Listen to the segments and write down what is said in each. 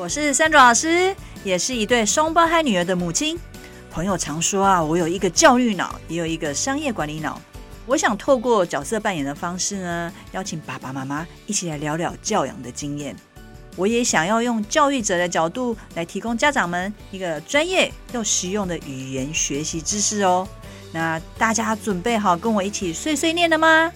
是Sandra老师，也是一对双胞胎女儿的母亲。朋友常说啊，我有一个教育脑，也有一个商业管理脑。我想透过角色扮演的方式呢，邀请爸爸妈妈一起来聊聊教养的经验。我也想要用教育者的角度来提供家长们一个专业又实用的语言学习知识哦。那大家准备好跟我一起碎碎念了吗？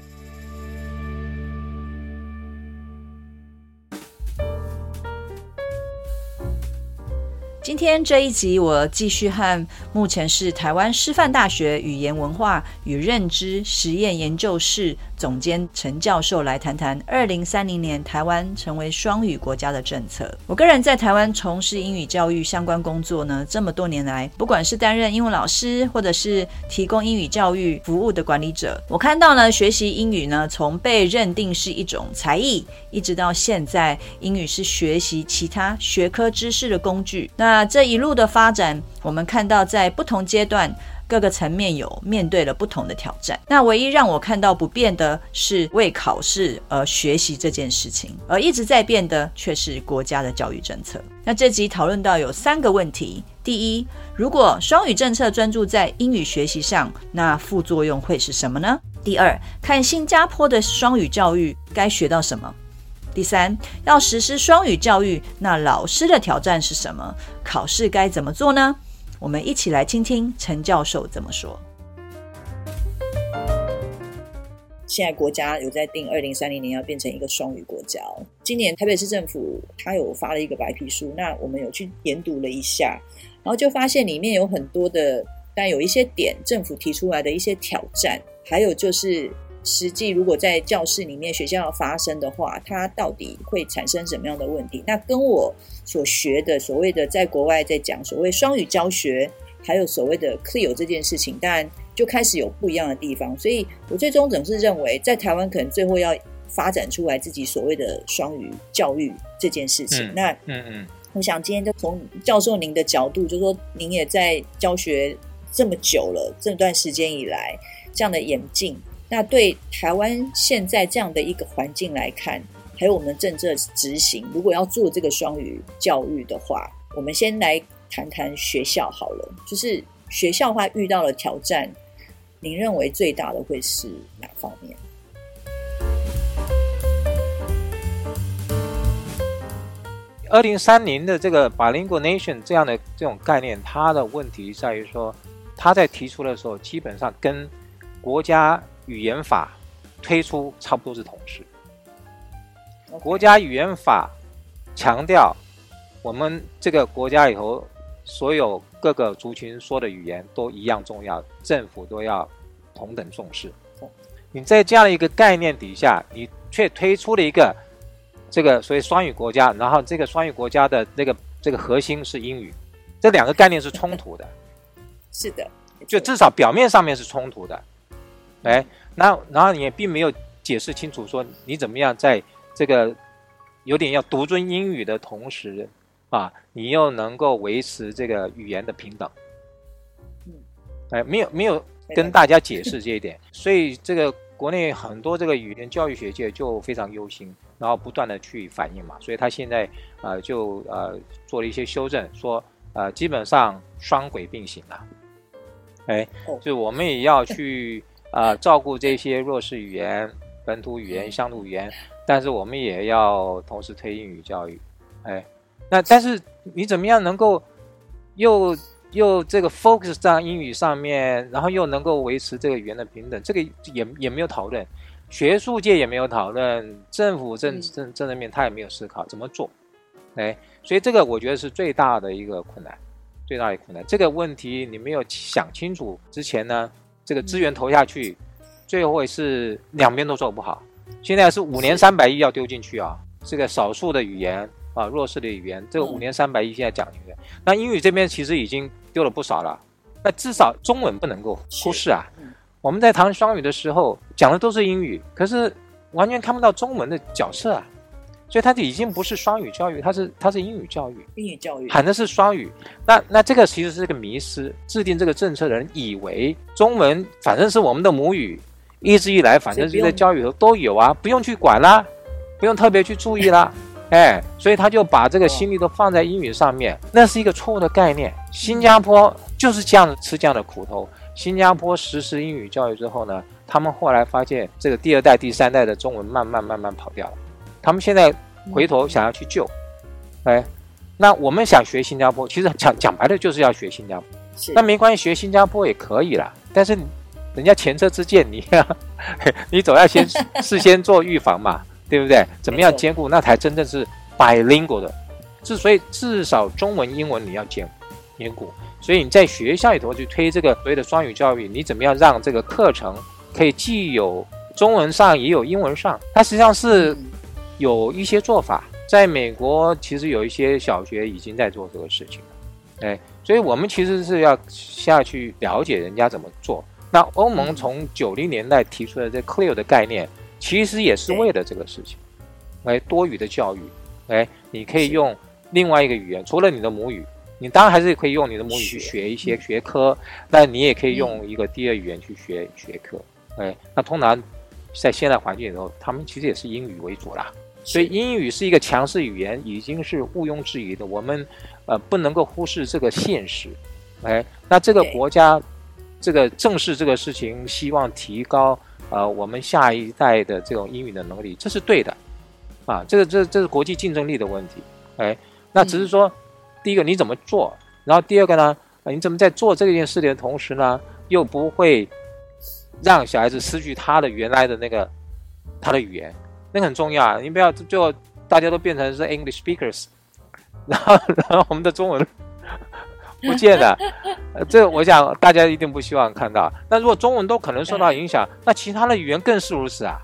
今天这一集我继续和目前是台湾师范大学语言文化与认知实验研究室总监陈教授来谈谈2030年台湾成为双语国家的政策。我个人在台湾从事英语教育相关工作呢，这么多年来，不管是担任英文老师或者是提供英语教育服务的管理者，我看到呢，学习英语呢，从被认定是一种才艺，一直到现在，英语是学习其他学科知识的工具。那这一路的发展，我们看到在不同阶段各个层面有面对了不同的挑战。那唯一让我看到不变的是为考试而学习这件事情，而一直在变的却是国家的教育政策。那这集讨论到有3个问题。第一，如果双语政策专注在英语学习上，那副作用会是什么呢？第二，看新加坡的双语教育该学到什么？第三，要实施双语教育，那老师的挑战是什么？考试该怎么做呢？我们一起来听听陈教授怎么说。现在国家有在定2030年要变成一个双语国家哦。今年台北市政府他有发了一个白皮书，那我们有去研读了一下，然后就发现里面有很多的，但有一些点政府提出来的一些挑战，还有就是实际如果在教室里面学校要发生的话，它到底会产生什么样的问题？那跟我所学的所谓的在国外在讲所谓双语教学，还有所谓的 CLIL 这件事情，当然就开始有不一样的地方。所以我最终总是认为在台湾可能最后要发展出来自己所谓的双语教育这件事情。我想今天就从教授您的角度，就是说您也在教学这么久了，这段时间以来这样的演进，那对台湾现在这样的一个环境来看，还有我们政策执行，如果要做这个双语教育的话，我们先来谈谈学校好了。就是学校它遇到的挑战，您认为最大的会是哪方面 ？2030的这个 bilingual nation 这样的这种概念，它的问题在于说，它在提出的时候，基本上跟国家语言法推出差不多是同时。国家语言法强调我们这个国家里头所有各个族群说的语言都一样重要，政府都要同等重视。你在这样的一个概念底下，你却推出了一个这个所谓双语国家，然后这个双语国家的这个核心是英语，这2个概念是冲突的。 是的， 就至少表面上面是冲突的。然后你也并没有解释清楚说你怎么样在这个有点要独尊英语的同时啊，你又能够维持这个语言的平等。没有跟大家解释这一点，所以这个国内很多这个语言教育学界就非常忧心，然后不断的去反映嘛，所以他现在就做了一些修正，说基本上双轨并行了。就我们也要去照顾这些弱势语言、本土语言、乡土语言，但是我们也要同时推英语教育。那但是你怎么样能够又这个 focus 在英语上面，然后又能够维持这个语言的平等，这个也没有讨论，学术界也没有讨论，政府政治面他也没有思考怎么做。所以这个我觉得是最大的一个困难。这个问题你没有想清楚之前呢，这个资源投下去，最后会是两边都做不好。现在是5年300亿要丢进去啊，这个少数的语言弱势的语言，这个5年300亿现在讲进去。那英语这边其实已经丢了不少了，那至少中文不能够忽视啊。我们在谈双语的时候讲的都是英语，可是完全看不到中文的角色啊。所以它已经不是双语教育，它是英语教育，喊的是双语。那这个其实是个迷思，制定这个政策的人以为中文反正是我们的母语，一直以来反正是在教育里头都有啊，不用去管啦，不用特别去注意啦。 所以他就把这个心力都放在英语上面，那是一个错误的概念。新加坡就是这样吃这样的苦头。新加坡实施英语教育之后呢，他们后来发现这个第二代、第三代的中文慢慢跑掉了，他们现在回头想要去救，那我们想学新加坡，其实讲白了就是要学新加坡。那没关系，学新加坡也可以啦，但是人家前车之鉴，你总要事先做预防嘛，对不对？怎么样兼顾，那才真正是 bilingual 的。所以至少中文、英文你要兼顾。所以你在学校里头去推这个所谓的双语教育，你怎么样让这个课程可以既有中文上也有英文上？它实际上是有一些做法，在美国其实有一些小学已经在做这个事情了，所以我们其实是要下去了解人家怎么做。那欧盟从90年代提出的这 CLIL 的概念，其实也是为了这个事情，多语的教育，你可以用另外一个语言，除了你的母语，你当然还是可以用你的母语去学一些学科，但你也可以用一个第二语言去学学科，那通常在现在环境里头，他们其实也是英语为主啦。所以英语是一个强势语言，已经是毋庸置疑的，我们不能够忽视这个现实。那这个国家这个正视这个事情，希望提高我们下一代的这种英语的能力，这是对的啊。这是国际竞争力的问题。那只是说，第一个你怎么做，然后第二个呢，你怎么在做这件事的同时呢，又不会让小孩子失去他的原来的他的语言。那个很重要啊！你不要最后大家都变成是 English speakers， 然后我们的中文不见了，这我想大家一定不希望看到。那如果中文都可能受到影响，那其他的语言更是如此啊。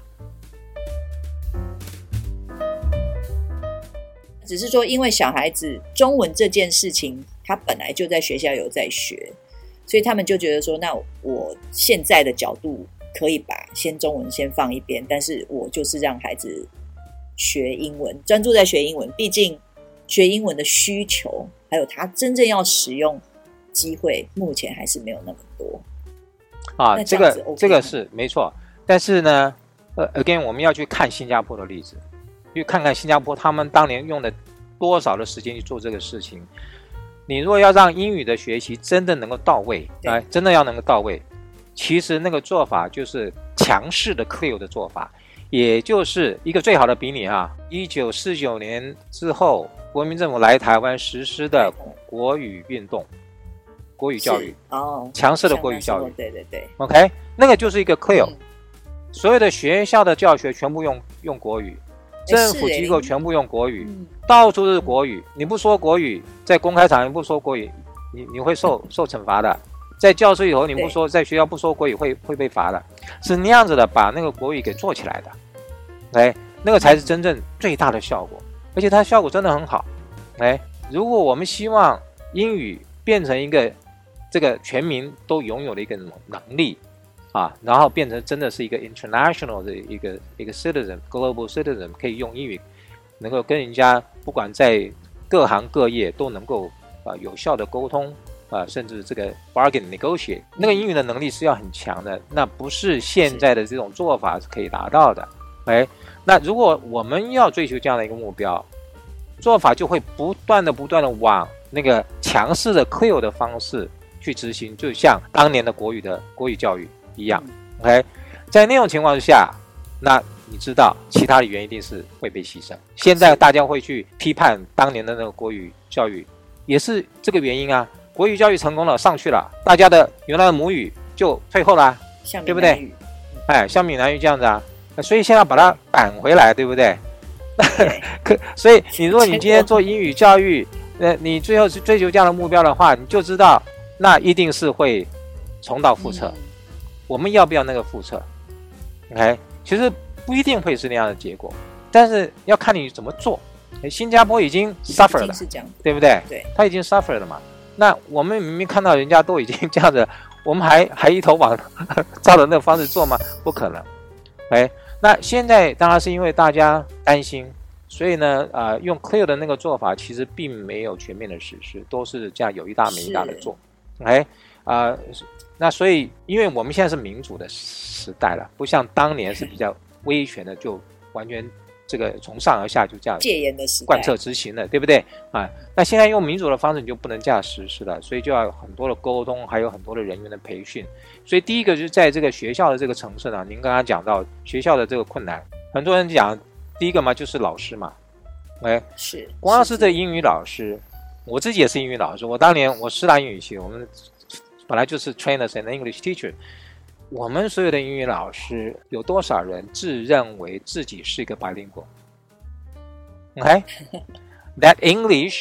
只是说，因为小孩子中文这件事情，他本来就在学校有在学，所以他们就觉得说，那我现在的角度可以把中文先放一边，但是我就是让孩子学英文，专注在学英文。毕竟学英文的需求，还有他真正要使用机会，目前还是没有那么多啊。这个是没错，但是呢，again 我们要去看新加坡的例子，去看看新加坡他们当年用了多少的时间去做这个事情。你如果要让英语的学习真的能够到位，真的要能够到位。其实那个做法就是强势的 CLIL 的做法，也就是一个最好的比拟啊。1949年之后，国民政府来台湾实施的国语运动、国语教育，强势的国语教育， 对 ，OK， 那个就是一个 CLIL，所有的学校的教学全部用国语，政府机构全部用国语，到处都是国语。你不说国语，在公开场你不说国语，你会受惩罚的。在教室里头你不说，在学校不说国语会被罚的，是那样子的，把那个国语给做起来的，那个才是真正最大的效果，而且它效果真的很好，如果我们希望英语变成一个这个全民都拥有的一个能力啊，然后变成真的是一个 international 的一个 citizen global citizen， 可以用英语能够跟人家不管在各行各业都能够有效的沟通。甚至这个 bargain negotiate， 那个英语的能力是要很强的，那不是现在的这种做法是可以达到的。那如果我们要追求这样的一个目标，做法就会不断的往那个强势的 CLIL 的方式去执行，就像当年的国语教育一样。在那种情况之下，那你知道其他的语言一定是会被牺牲。现在大家会去批判当年的那个国语教育，也是这个原因啊。国语教育成功了，上去了，大家的原来的母语就退后了，对不对？像闽南语这样子啊，所以现在把它扳回来，对不对？所以如果你今天做英语教育，你最后是追求这样的目标的话，你就知道那一定是会重蹈覆辙。我们要不要那个覆辙？其实不一定会是那样的结果，但是要看你怎么做。新加坡已经 suffer 了，对不对？ 对， 他已经 suffer 了嘛。那我们明明看到人家都已经这样子，我们还一头往照着那个方式做吗？不可能。那现在当然是因为大家担心，所以呢，用 CLIL 的那个做法其实并没有全面的实施，都是这样有一大没一大的做。那所以因为我们现在是民主的时代了，不像当年是比较威权的，就完全这个从上而下就这样戒严的时代贯彻执行了，对不对啊？那现在用民主的方式你就不能这样实施了，所以就要有很多的沟通，还有很多的人员的培训。所以第一个就是在这个学校的这个层次呢，您刚刚讲到学校的这个困难，很多人讲第一个嘛就是老师嘛， 是光是这英语老师，我自己也是英语老师，我当年我师大英语系，我们本来就是 trainers and English teacher。我们所有的英语老师有多少人自认为自己是一个 bilingual？ Okay? That English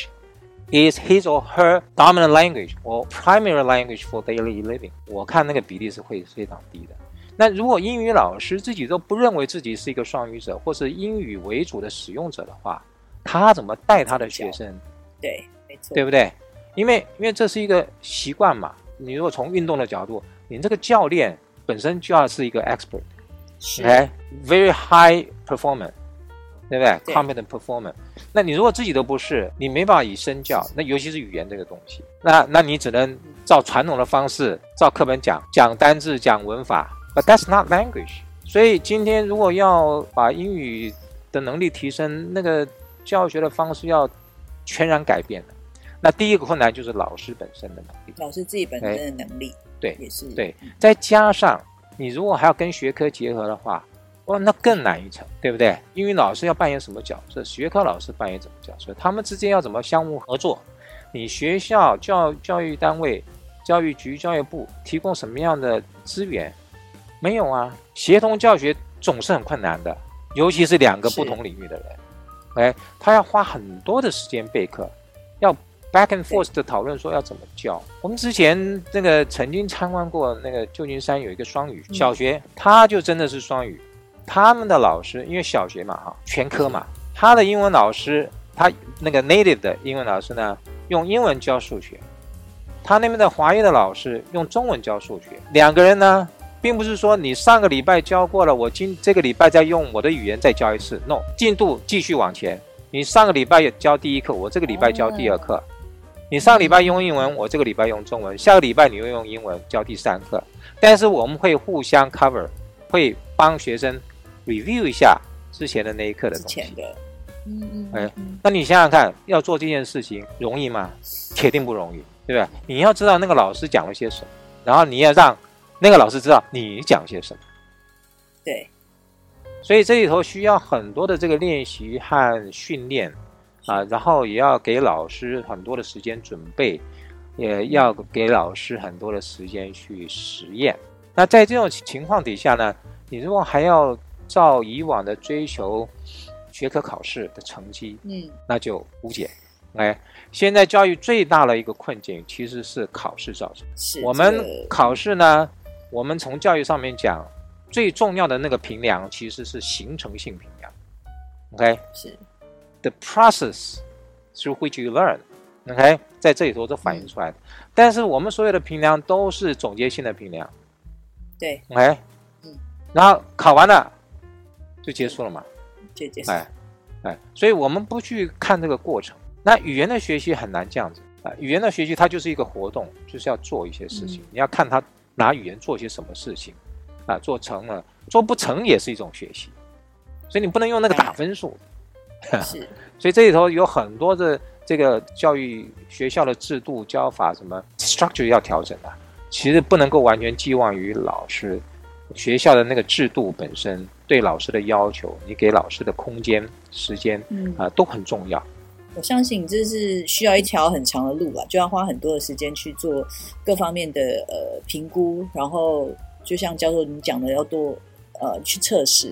is his or her dominant language or primary language for daily living。 我看那个比例是会非常低的。那如果英语老师自己都不认为自己是一个双语者或是英语为主的使用者的话，他怎么带他的学生？ 对，没错， 对不对？因为这是一个习惯嘛。你如果从运动的角度，你这个教练本身就要是一个 expert， okay? Very high performer， 对不对？ Competent performer。 那你如果自己都不是，你没办法以身教，那尤其是语言这个东西，那你只能照传统的方式，照课本讲单字，讲文法 ，but that's not language。 所以今天如果要把英语的能力提升，那个教学的方式要全然改变的。那第一个困难就是老师本身的能力， 老师自己本身的能力， 对， 也是对，再加上你如果还要跟学科结合的话，哇，那更难一层，对不对？英语老师要扮演什么角色？学科老师扮演什么角色？他们之间要怎么相互合作？你学校、教育单位、教育局、教育部提供什么样的资源？没有啊，协同教学总是很困难的，尤其是两个不同领域的人，他要花很多的时间备课，要back and forth 的讨论说要怎么教。我们之前那个曾经参观过那个旧金山有一个双语小学，他就真的是双语。他们的老师因为小学嘛全科嘛，他的英文老师，他那个 native 的英文老师呢用英文教数学，他那边的华裔的老师用中文教数学。两个人呢并不是说你上个礼拜教过了，我这个礼拜再用我的语言再教一次， no， 进度继续往前。你上个礼拜教第一课，我这个礼拜教第二课，你上个礼拜用英文，我这个礼拜用中文，下个礼拜你又用英文教第三课。但是我们会互相 cover， 会帮学生 review 一下之前的那一课的东西。那你想想看，要做这件事情容易吗？铁定不容易，对不对？你要知道那个老师讲了些什么，然后你要让那个老师知道你讲些什么。 对， 所以这里头需要很多的这个练习和训练啊，然后也要给老师很多的时间准备，也要给老师很多的时间去实验。那在这种情况底下呢，你如果还要照以往的追求学科考试的成绩，那就无解。现在教育最大的一个困境其实是考试造成。我们考试呢，我们从教育上面讲，最重要的那个评量其实是形成性评量。OK， 是 the process through which you learn。OK， 在这里头都反映出来的。但是我们所有的评量都是总结性的评量。 对 ，OK， 然后考完了就结束了嘛， 就结束。 所以我们不去看这个过程。那语言的学习很难这样子啊，语言的学习它就是一个活动，就是要做一些事情，你要看他拿语言做些什么事情啊，做成了，做不成也是一种学习，所以你不能用那个打分数。 是， 所以这里头有很多的这个教育学校的制度教法什么 structure 要调整的，其实不能够完全寄望于老师，学校的那个制度本身对老师的要求，你给老师的空间时间都很重要。 我相信这是需要一条很长的路啦，就要花很多的时间去做各方面的评估，然后就像教授你讲的，要多去测试。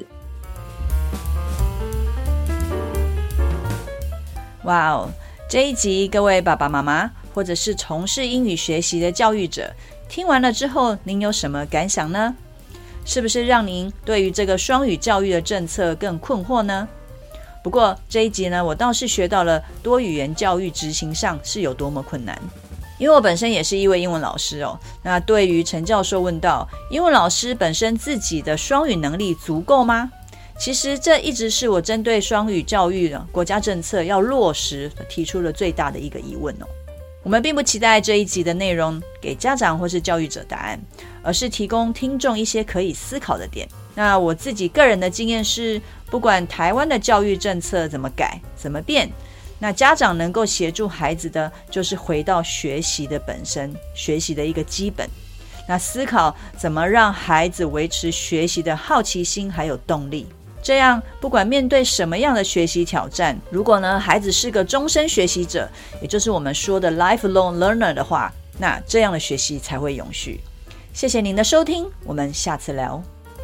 哇哦，这一集各位爸爸妈妈或者是从事英语学习的教育者，听完了之后您有什么感想呢？是不是让您对于这个双语教育的政策更困惑呢？不过这一集呢，我倒是学到了多语言教育执行上是有多么困难。因为我本身也是一位英文老师哦，那对于陈教授问到英文老师本身自己的双语能力足够吗？其实这一直是我针对双语教育的国家政策要落实提出了最大的一个疑问哦。 我们并不期待这一集的内容给家长或是教育者答案，而是提供听众一些可以思考的点。那我自己个人的经验是，不管台湾的教育政策怎么改怎么变，那家长能够协助孩子的就是回到学习的本身，学习的一个基本，那思考怎么让孩子维持学习的好奇心还有动力。这样不管面对什么样的学习挑战，如果呢孩子是个终身学习者，也就是我们说的 lifelong learner 的话，那这样的学习才会永续。谢谢您的收听，我们下次聊。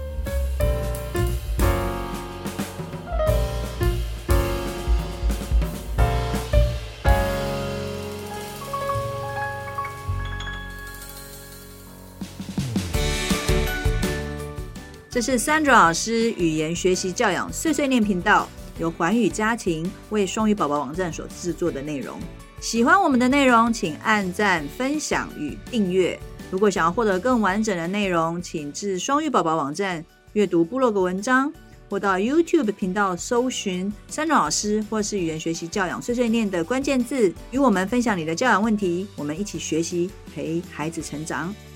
这是 Sandra 老师语言学习教养碎碎念频道，由寰宇家庭为双语宝宝网站所制作的内容。喜欢我们的内容，请按赞、分享与订阅。如果想要获得更完整的内容，请至双语宝宝网站阅读部落格文章，或到 YouTube 频道搜寻Sandra老师或是语言学习教养碎碎念的关键字，与我们分享你的教养问题，我们一起学习，陪孩子成长。